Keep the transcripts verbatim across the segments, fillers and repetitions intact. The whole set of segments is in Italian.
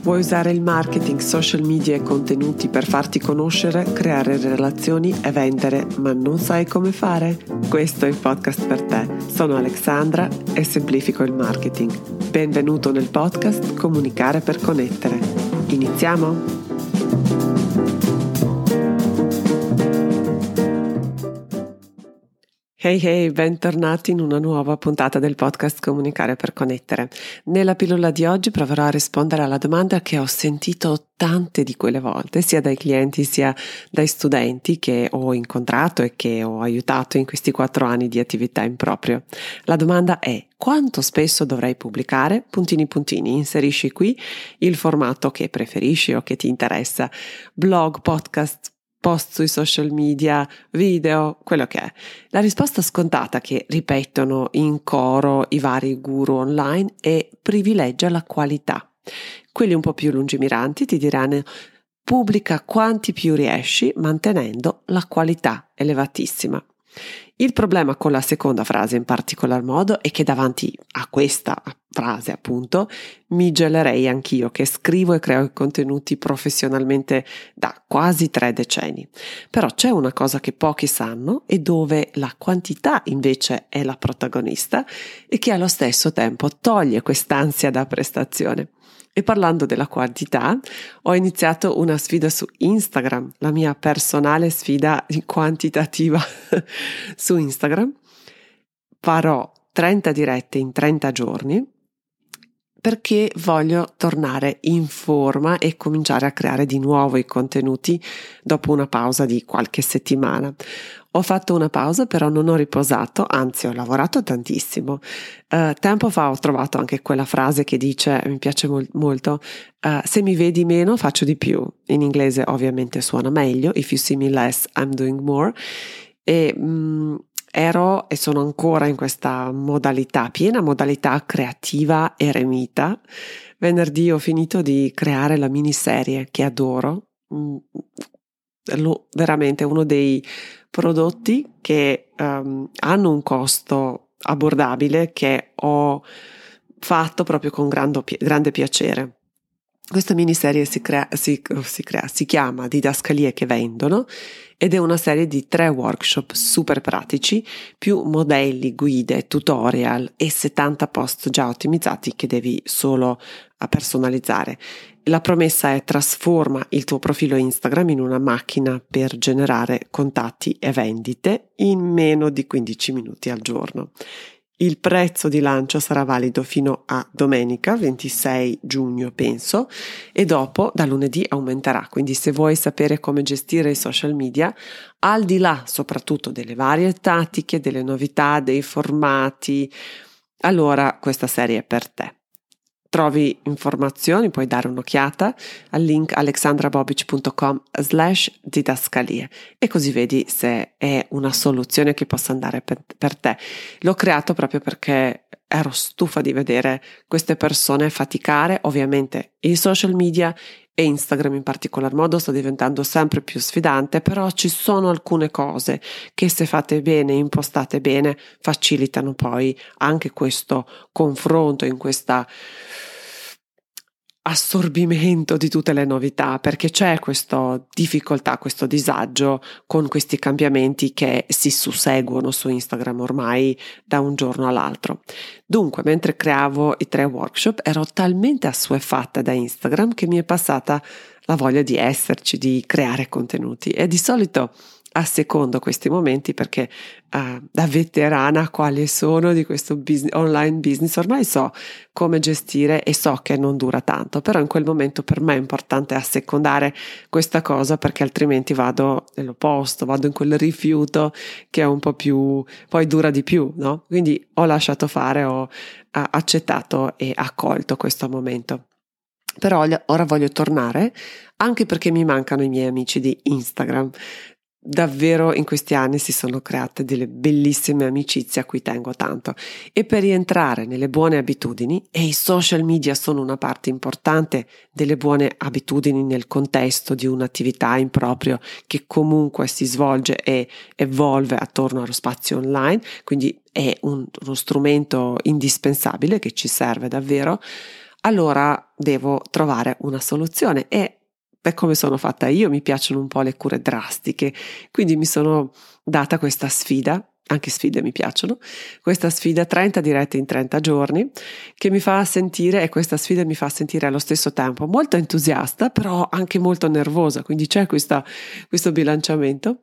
Vuoi usare il marketing, social media e contenuti per farti conoscere, creare relazioni e vendere, ma non sai come fare? Questo è il podcast per te. Sono Alexandra e semplifico il marketing. Benvenuto nel podcast Comunicare per connettere. Iniziamo? Hey hey, bentornati in una nuova puntata del podcast Comunicare per connettere. Nella pillola di oggi proverò a rispondere alla domanda che ho sentito tante di quelle volte, sia dai clienti sia dai studenti che ho incontrato e che ho aiutato in questi quattro anni di attività in proprio. La domanda è: quanto spesso dovrei pubblicare? Puntini puntini, inserisci qui il formato che preferisci o che ti interessa. Blog, podcast, post sui social media, video, quello che è. La risposta scontata che ripetono in coro i vari guru online è: privilegia la qualità. Quelli un po' più lungimiranti ti diranno: pubblica quanti più riesci mantenendo la qualità elevatissima. Il problema con la seconda frase in particolar modo è che davanti a questa frase, appunto, mi gelerei anch'io che scrivo e creo contenuti professionalmente da quasi tre decenni. Però c'è una cosa che pochi sanno e dove la quantità invece è la protagonista e che allo stesso tempo toglie quest'ansia da prestazione. E parlando della quantità, ho iniziato una sfida su Instagram, la mia personale sfida quantitativa su Instagram. Farò trenta dirette in trenta giorni perché voglio tornare in forma e cominciare a creare di nuovo i contenuti dopo una pausa di qualche settimana. Ho fatto una pausa, però non ho riposato, anzi ho lavorato tantissimo. Uh, tempo fa ho trovato anche quella frase che dice, mi piace mol- molto, uh, se mi vedi meno faccio di più. In inglese ovviamente suona meglio, if you see me less, I'm doing more. E mh, ero e sono ancora in questa modalità, piena modalità creativa eremita. Venerdì ho finito di creare la miniserie che adoro. Mm, lo, veramente uno dei prodotti che um, hanno un costo abbordabile che ho fatto proprio con grande, grande piacere. Questa miniserie si, crea, si, si, crea, si chiama Didascalie che vendono ed è una serie di tre workshop super pratici, più modelli, guide, tutorial e settanta post già ottimizzati che devi solo personalizzare. La promessa è: trasforma il tuo profilo Instagram in una macchina per generare contatti e vendite in meno di quindici minuti al giorno. Il prezzo di lancio sarà valido fino a domenica ventisei giugno, penso, e dopo da lunedì aumenterà. Quindi se vuoi sapere come gestire i social media, al di là soprattutto delle varie tattiche, delle novità, dei formati, allora questa serie è per te. Trovi informazioni, puoi dare un'occhiata al link alexandrabobic.com slash didascalie e così vedi se è una soluzione che possa andare per, per te. L'ho creato proprio perché ero stufa di vedere queste persone faticare. Ovviamente i social media e Instagram in particolar modo sta diventando sempre più sfidante, però ci sono alcune cose che, se fatte bene, impostate bene, facilitano poi anche questo confronto, in questa assorbimento di tutte le novità, perché c'è questa difficoltà, questo disagio con questi cambiamenti che si susseguono su Instagram ormai da un giorno all'altro. Dunque, mentre creavo i tre workshop ero talmente assuefatta da Instagram che mi è passata la voglia di esserci, di creare contenuti, e di solito assecondo questi momenti perché uh, da veterana quali sono di questo business, online business, ormai so come gestire e so che non dura tanto, però in quel momento per me è importante assecondare questa cosa, perché altrimenti vado nell'opposto, vado in quel rifiuto che è un po' più, poi dura di più, no? Quindi ho lasciato fare, ho uh, accettato e accolto questo momento. Però ora voglio tornare, anche perché mi mancano i miei amici di Instagram. Davvero in questi anni si sono create delle bellissime amicizie a cui tengo tanto, e per rientrare nelle buone abitudini, e i social media sono una parte importante delle buone abitudini nel contesto di un'attività in proprio che comunque si svolge e evolve attorno allo spazio online, quindi è un, uno strumento indispensabile che ci serve davvero. allora devo trovare una soluzione e per come sono fatta io mi piacciono un po' le cure drastiche, quindi mi sono data questa sfida, anche sfide mi piacciono, questa sfida trenta dirette in trenta giorni che mi fa sentire, e questa sfida mi fa sentire allo stesso tempo molto entusiasta però anche molto nervosa, quindi c'è questa, questo bilanciamento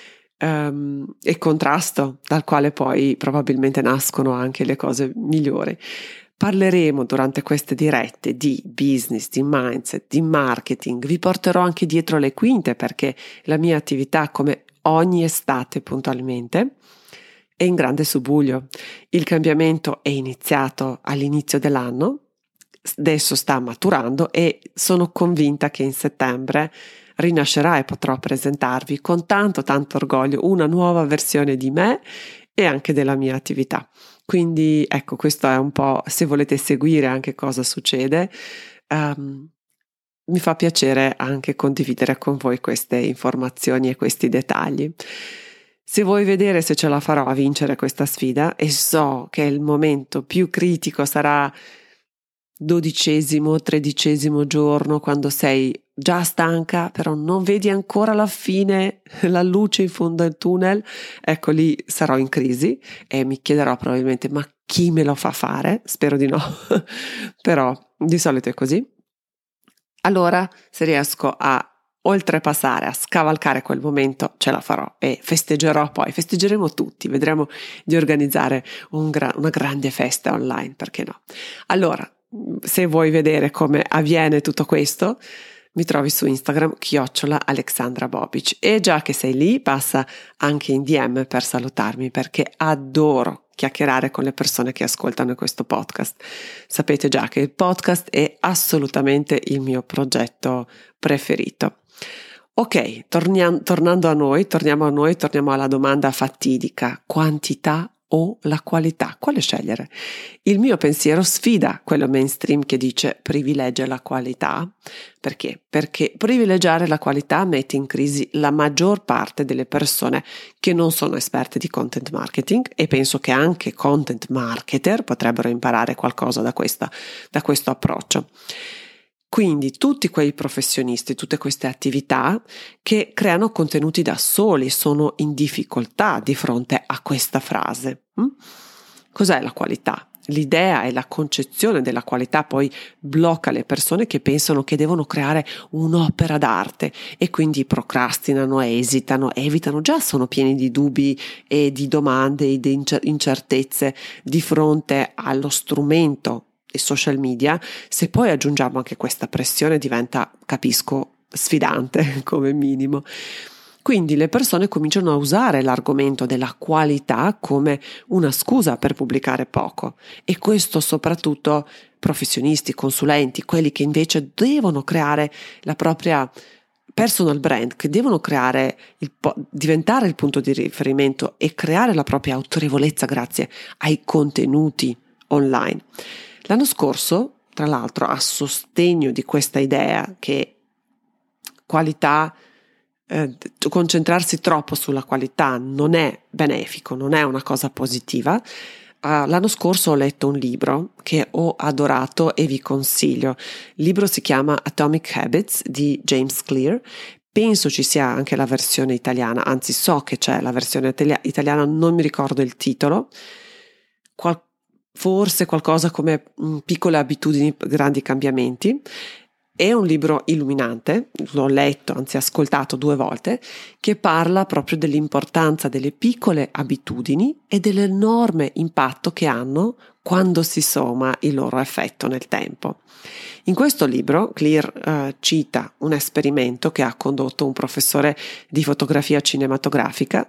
um, e contrasto dal quale poi probabilmente nascono anche le cose migliori. Parleremo durante queste dirette di business, di mindset, di marketing, vi porterò anche dietro le quinte perché la mia attività, come ogni estate puntualmente, è in grande subbuglio. Il cambiamento è iniziato all'inizio dell'anno, adesso sta maturando e sono convinta che in settembre rinascerà e potrò presentarvi con tanto tanto orgoglio una nuova versione di me e anche della mia attività. Quindi ecco, questo è un po', se volete seguire anche cosa succede, um, mi fa piacere anche condividere con voi queste informazioni e questi dettagli. Se vuoi vedere se ce la farò a vincere questa sfida, e so che il momento più critico sarà dodicesimo, tredicesimo giorno, quando sei già stanca, però non vedi ancora la fine, la luce in fondo al tunnel, ecco lì sarò in crisi e mi chiederò probabilmente ma chi me lo fa fare? Spero di no, però di solito è così. Allora, se riesco a oltrepassare, a scavalcare quel momento, ce la farò e festeggerò poi, festeggeremo tutti, vedremo di organizzare un gra- una grande festa online, perché no? Allora, se vuoi vedere come avviene tutto questo, mi trovi su Instagram chiocciola Alexandra Bobic e già che sei lì passa anche in D M per salutarmi perché adoro chiacchierare con le persone che ascoltano questo podcast. Sapete già che il podcast è assolutamente il mio progetto preferito. Ok, torniamo, tornando a noi, torniamo a noi, torniamo alla domanda fatidica: quantità o la qualità? Quale scegliere? Il mio pensiero sfida quello mainstream che dice privilegia la qualità. Perché? Perché privilegiare la qualità mette in crisi la maggior parte delle persone che non sono esperte di content marketing, e penso che anche content marketer potrebbero imparare qualcosa da, questa, da questo approccio. Quindi tutti quei professionisti, tutte queste attività che creano contenuti da soli sono in difficoltà di fronte a questa frase. Cos'è la qualità? L'idea e la concezione della qualità poi blocca le persone che pensano che devono creare un'opera d'arte e quindi procrastinano, esitano, evitano, già sono pieni di dubbi e di domande e di incertezze di fronte allo strumento e social media. Se poi aggiungiamo anche questa pressione diventa, capisco, sfidante come minimo. Quindi le persone cominciano a usare l'argomento della qualità come una scusa per pubblicare poco, e questo soprattutto professionisti, consulenti, quelli che invece devono creare la propria personal brand, che devono creare il po- diventare il punto di riferimento e creare la propria autorevolezza grazie ai contenuti online. L'anno scorso, tra l'altro, a sostegno di questa idea che qualità, eh, concentrarsi troppo sulla qualità non è benefico, non è una cosa positiva, eh, l'anno scorso ho letto un libro che ho adorato e vi consiglio. Il libro si chiama Atomic Habits di James Clear. Penso ci sia anche la versione italiana, anzi so che c'è la versione itali- italiana, non mi ricordo il titolo. Qual- forse qualcosa come Piccole abitudini, grandi cambiamenti. È un libro illuminante, l'ho letto, anzi ascoltato due volte, che parla proprio dell'importanza delle piccole abitudini e dell'enorme impatto che hanno quando si somma il loro effetto nel tempo. In questo libro Clear uh, cita un esperimento che ha condotto un professore di fotografia cinematografica,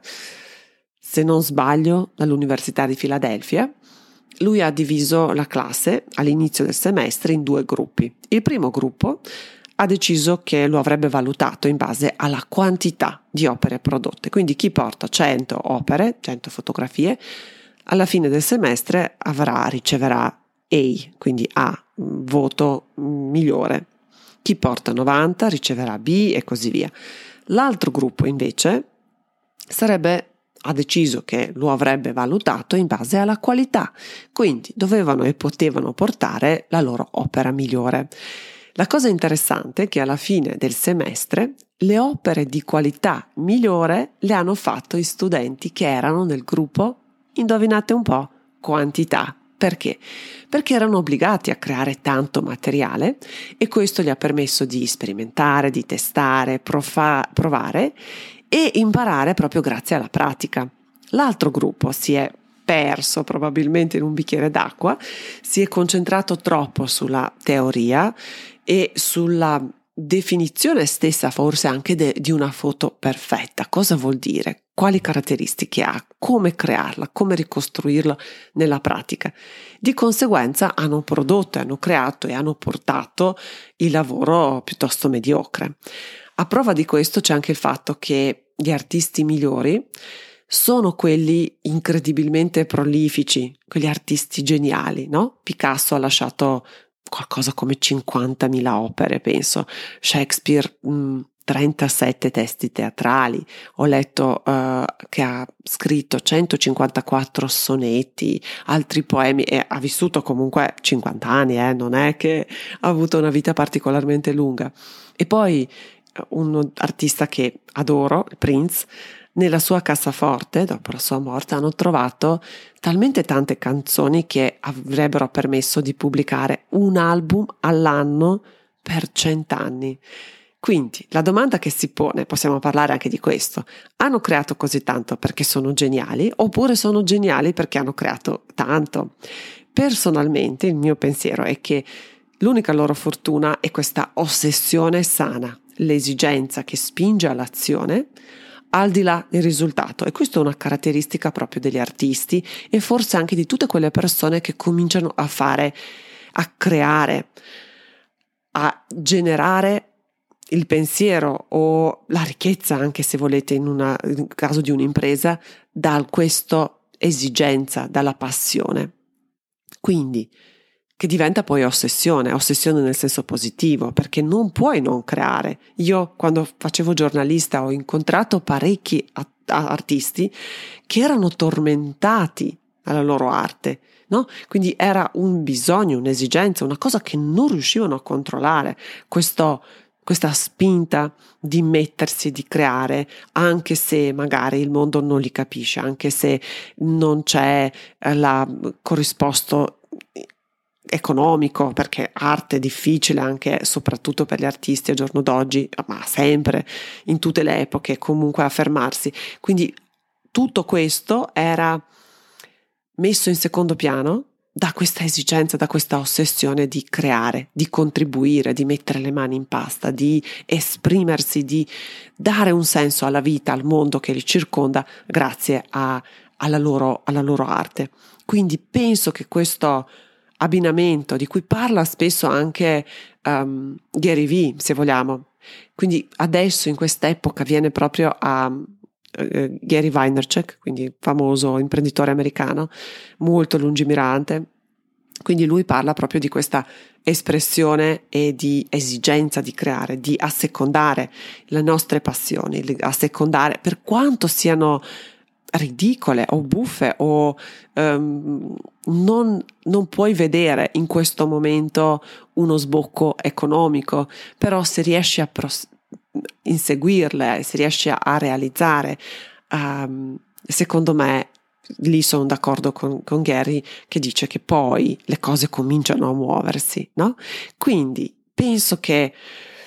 se non sbaglio dall'Università di Filadelfia. Lui ha diviso la classe all'inizio del semestre in due gruppi. Il primo gruppo ha deciso che lo avrebbe valutato in base alla quantità di opere prodotte, quindi chi porta cento opere, cento fotografie, alla fine del semestre avrà, riceverà A, quindi A, voto migliore. Chi porta novanta riceverà B e così via. L'altro gruppo invece sarebbe ha deciso che lo avrebbe valutato in base alla qualità, quindi dovevano e potevano portare la loro opera migliore. La cosa interessante è che alla fine del semestre le opere di qualità migliore le hanno fatto i studenti che erano nel gruppo, indovinate un po', quantità. Perché? Perché erano obbligati a creare tanto materiale e questo gli ha permesso di sperimentare, di testare, profa- provare e imparare proprio grazie alla pratica. L'altro gruppo si è perso probabilmente in un bicchiere d'acqua, si è concentrato troppo sulla teoria e sulla definizione stessa forse anche de- di una foto perfetta. Cosa vuol dire? Quali caratteristiche ha? Come crearla? Come ricostruirla nella pratica? Di conseguenza hanno prodotto, hanno creato e hanno portato il lavoro piuttosto mediocre. A prova di questo c'è anche il fatto che gli artisti migliori sono quelli incredibilmente prolifici, quegli artisti geniali, no? Picasso ha lasciato qualcosa come cinquantamila opere, penso. Shakespeare, mh, trentasette testi teatrali. Ho letto uh, che ha scritto centocinquantaquattro sonetti, altri poemi e ha vissuto comunque cinquanta anni, eh? Non è che ha avuto una vita particolarmente lunga. E poi un artista che adoro, Prince, nella sua cassaforte, dopo la sua morte, hanno trovato talmente tante canzoni che avrebbero permesso di pubblicare un album all'anno per cent'anni. Quindi la domanda che si pone, possiamo parlare anche di questo, hanno creato così tanto perché sono geniali oppure sono geniali perché hanno creato tanto? Personalmente il mio pensiero è che l'unica loro fortuna è questa ossessione sana, l'esigenza che spinge all'azione al di là del risultato, e questa è una caratteristica proprio degli artisti e forse anche di tutte quelle persone che cominciano a fare, a creare, a generare il pensiero o la ricchezza, anche se volete in, una, in caso di un'impresa, da questa esigenza, dalla passione. Quindi che diventa poi ossessione, ossessione nel senso positivo, perché non puoi non creare. Io quando facevo giornalista ho incontrato parecchi a- a- artisti che erano tormentati dalla loro arte, no? Quindi era un bisogno, un'esigenza, una cosa che non riuscivano a controllare, questo, questa spinta di mettersi, di creare, anche se magari il mondo non li capisce, anche se non c'è eh, la corrisposto economico, perché arte è difficile anche soprattutto per gli artisti al giorno d'oggi, ma sempre in tutte le epoche comunque affermarsi. Quindi tutto questo era messo in secondo piano da questa esigenza, da questa ossessione di creare, di contribuire, di mettere le mani in pasta, di esprimersi, di dare un senso alla vita, al mondo che li circonda grazie a, alla, loro, alla loro arte. Quindi penso che questo abbinamento di cui parla spesso anche um, Gary Vee, se vogliamo. Quindi adesso in quest'epoca viene proprio a uh, Gary Vaynerchuk, quindi famoso imprenditore americano, molto lungimirante. Quindi lui parla proprio di questa espressione e di esigenza di creare, di assecondare le nostre passioni, assecondare per quanto siano ridicole o buffe o um, non, non puoi vedere in questo momento uno sbocco economico, però se riesci a pros- inseguirle, se riesci a, a realizzare, um, secondo me lì sono d'accordo con, con Gary che dice che poi le cose cominciano a muoversi, no? Quindi penso che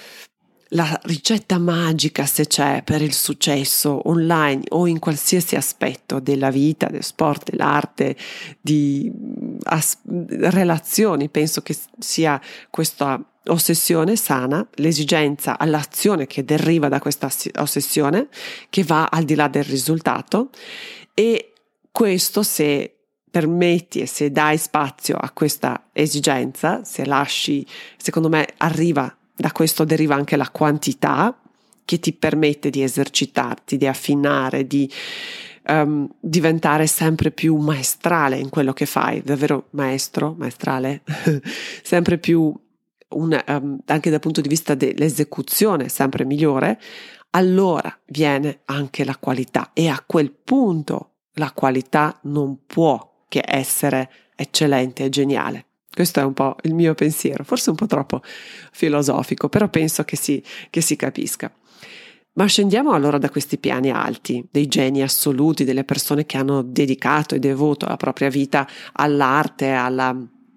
la ricetta magica, se c'è, per il successo online o in qualsiasi aspetto della vita, del sport, dell'arte, di as- relazioni, penso che sia questa ossessione sana, l'esigenza all'azione che deriva da questa ossessione, che va al di là del risultato, e questo, se permetti e se dai spazio a questa esigenza, se lasci, secondo me arriva. Da questo deriva anche la quantità che ti permette di esercitarti, di affinare, di um, diventare sempre più maestrale in quello che fai, davvero maestro, maestrale, sempre più un, um, anche dal punto di vista dell'esecuzione sempre migliore, allora viene anche la qualità, e a quel punto la qualità non può che essere eccellente e geniale. Questo è un po' il mio pensiero, forse un po' troppo filosofico, però penso che si, che si capisca. Ma scendiamo allora da questi piani alti, dei geni assoluti, delle persone che hanno dedicato e devoto la propria vita all'arte, alla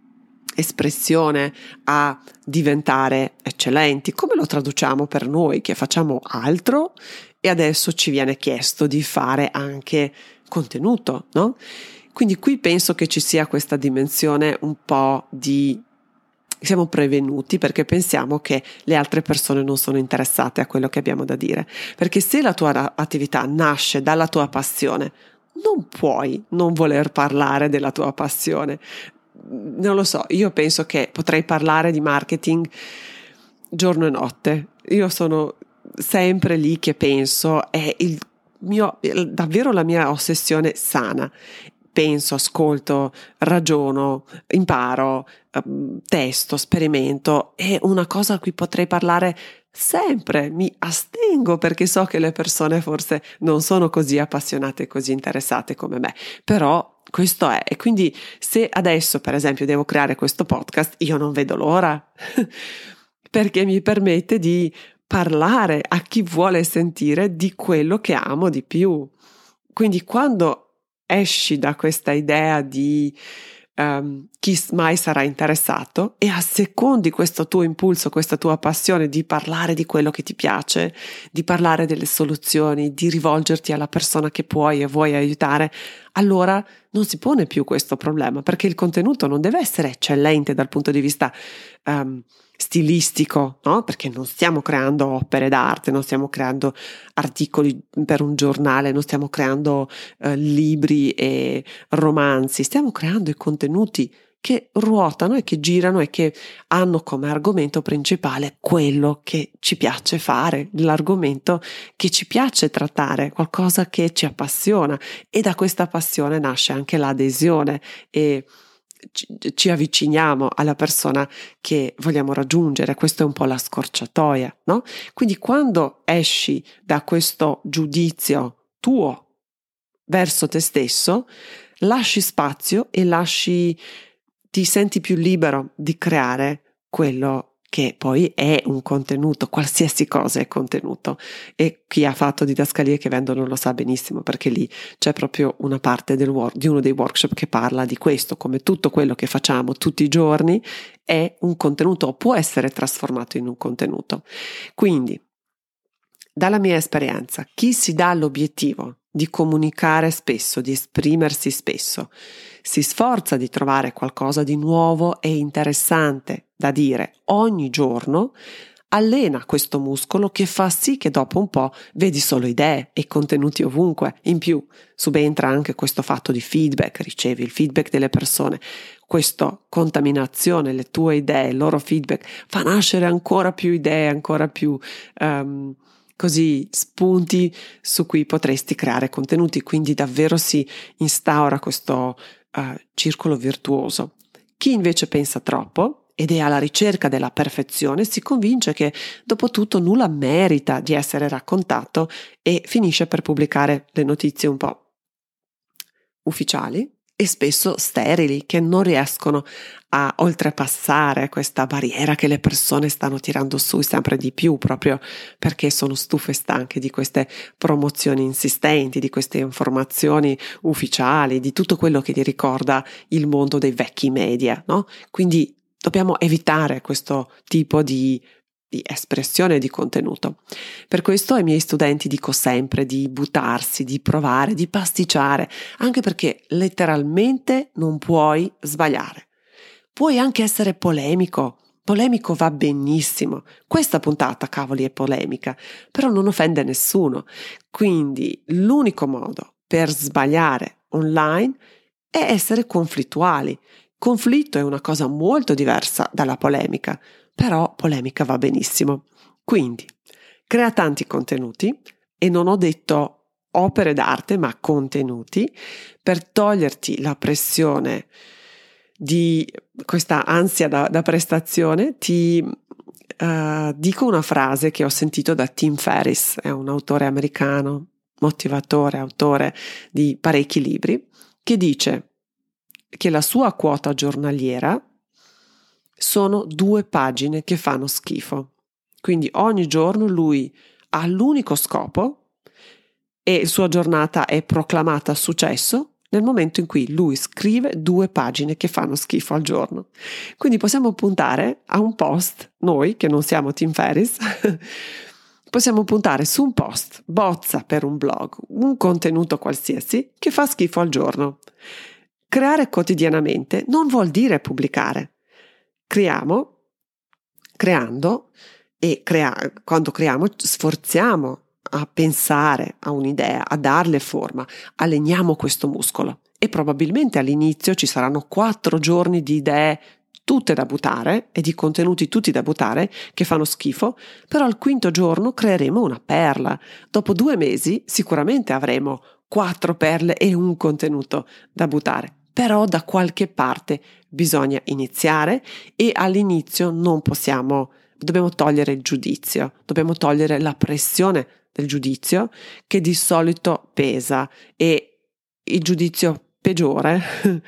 espressione, a diventare eccellenti. Come lo traduciamo per noi che facciamo altro e adesso ci viene chiesto di fare anche contenuto, no? Quindi qui penso che ci sia questa dimensione un po' di siamo prevenuti perché pensiamo che le altre persone non sono interessate a quello che abbiamo da dire, perché se la tua attività nasce dalla tua passione, non puoi non voler parlare della tua passione. Non lo so, io penso che potrei parlare di marketing giorno e notte. Io sono sempre lì che penso, è il mio, davvero la mia ossessione sana. Penso, ascolto, ragiono, imparo, testo, sperimento. È una cosa a cui potrei parlare sempre. Mi astengo perché so che le persone forse non sono così appassionate e così interessate come me, però questo è. E quindi se adesso per esempio devo creare questo podcast, io non vedo l'ora perché mi permette di parlare a chi vuole sentire di quello che amo di più. Quindi quando esci da questa idea di um, chi mai sarà interessato e assecondi questo tuo impulso, questa tua passione di parlare di quello che ti piace, di parlare delle soluzioni, di rivolgerti alla persona che puoi e vuoi aiutare, allora non si pone più questo problema, perché il contenuto non deve essere eccellente dal punto di vista um, stilistico, no? Perché non stiamo creando opere d'arte, non stiamo creando articoli per un giornale, non stiamo creando eh, libri e romanzi, stiamo creando i contenuti che ruotano e che girano e che hanno come argomento principale quello che ci piace fare, l'argomento che ci piace trattare, qualcosa che ci appassiona, e da questa passione nasce anche l'adesione e ci avviciniamo alla persona che vogliamo raggiungere. Questa è un po' la scorciatoia, no? Quindi quando esci da questo giudizio tuo verso te stesso, lasci spazio e lasci, ti senti più libero di creare quello che poi è un contenuto. Qualsiasi cosa è contenuto, e chi ha fatto didascalie che vendono lo sa benissimo, perché lì c'è proprio una parte del work, di uno dei workshop che parla di questo, come tutto quello che facciamo tutti i giorni è un contenuto o può essere trasformato in un contenuto. Quindi, dalla mia esperienza, chi si dà l'obiettivo di comunicare spesso, di esprimersi spesso, si sforza di trovare qualcosa di nuovo e interessante da dire ogni giorno, allena questo muscolo che fa sì che dopo un po' vedi solo idee e contenuti ovunque. In più subentra anche questo fatto di feedback, ricevi il feedback delle persone. Questa contaminazione, le tue idee, il loro feedback fa nascere ancora più idee, ancora più um, così spunti su cui potresti creare contenuti. Quindi davvero si instaura questo uh, circolo virtuoso. Chi invece pensa troppo ed è alla ricerca della perfezione si convince che dopo tutto nulla merita di essere raccontato e finisce per pubblicare le notizie un po' ufficiali e spesso sterili, che non riescono a oltrepassare questa barriera che le persone stanno tirando su sempre di più, proprio perché sono stufe e stanche di queste promozioni insistenti, di queste informazioni ufficiali, di tutto quello che ti ricorda il mondo dei vecchi media, no? Quindi dobbiamo evitare questo tipo di di espressione di contenuto. Per questo ai miei studenti dico sempre di buttarsi, di provare, di pasticciare, anche perché letteralmente non puoi sbagliare. Puoi anche essere polemico, polemico va benissimo. Questa puntata, cavoli, è polemica, però non offende nessuno. Quindi l'unico modo per sbagliare online è essere conflittuali. Conflitto è una cosa molto diversa dalla polemica, però polemica va benissimo. Quindi, crea tanti contenuti, e non ho detto opere d'arte, ma contenuti, per toglierti la pressione di questa ansia da, da prestazione, ti uh, dico una frase che ho sentito da Tim Ferriss, è un autore americano, motivatore, autore di parecchi libri, che dice che la sua quota giornaliera sono due pagine che fanno schifo. Quindi ogni giorno lui ha l'unico scopo e la sua giornata è proclamata successo nel momento in cui lui scrive due pagine che fanno schifo al giorno. Quindi possiamo puntare a un post, noi che non siamo Tim Ferriss, possiamo puntare su un post, bozza per un blog, un contenuto qualsiasi che fa schifo al giorno. Creare quotidianamente non vuol dire pubblicare. Creiamo, creando e crea- quando creiamo sforziamo a pensare a un'idea, a darle forma, alleniamo questo muscolo e probabilmente all'inizio ci saranno quattro giorni di idee tutte da buttare e di contenuti tutti da buttare che fanno schifo, però al quinto giorno creeremo una perla. Dopo due mesi sicuramente avremo quattro perle e un contenuto da buttare, però da qualche parte bisogna iniziare e all'inizio non possiamo, dobbiamo togliere il giudizio, dobbiamo togliere la pressione del giudizio che di solito pesa e il giudizio peggiore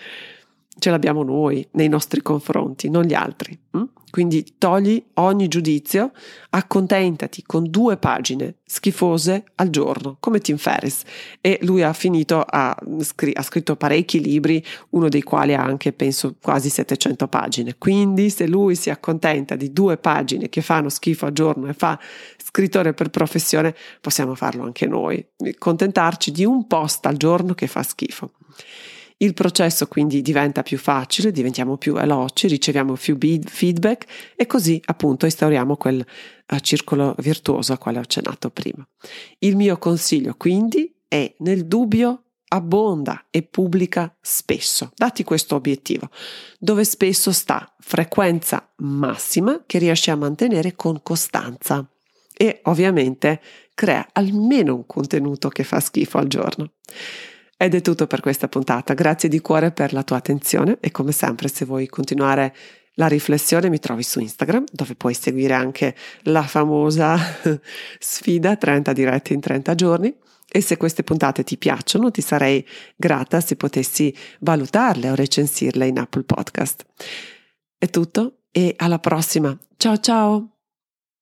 ce l'abbiamo noi nei nostri confronti, non gli altri. Quindi togli ogni giudizio, accontentati con due pagine schifose al giorno, come Tim Ferriss. E lui ha finito, a, ha scritto parecchi libri, uno dei quali ha anche, penso, quasi settecento pagine. Quindi se lui si accontenta di due pagine che fanno schifo al giorno e fa scrittore per professione, possiamo farlo anche noi. Contentarci di un post al giorno che fa schifo. Il processo quindi diventa più facile, diventiamo più veloci, riceviamo più feedback e così appunto instauriamo quel uh, circolo virtuoso a quale ho accennato prima. Il mio consiglio quindi è: nel dubbio abbonda e pubblica spesso. Dati questo obiettivo, dove spesso sta frequenza massima che riesci a mantenere con costanza e ovviamente crea almeno un contenuto che fa schifo al giorno. Ed è tutto per questa puntata, grazie di cuore per la tua attenzione e come sempre se vuoi continuare la riflessione mi trovi su Instagram dove puoi seguire anche la famosa sfida trenta dirette in trenta giorni e se queste puntate ti piacciono ti sarei grata se potessi valutarle o recensirle in Apple Podcast. È tutto e alla prossima, ciao ciao!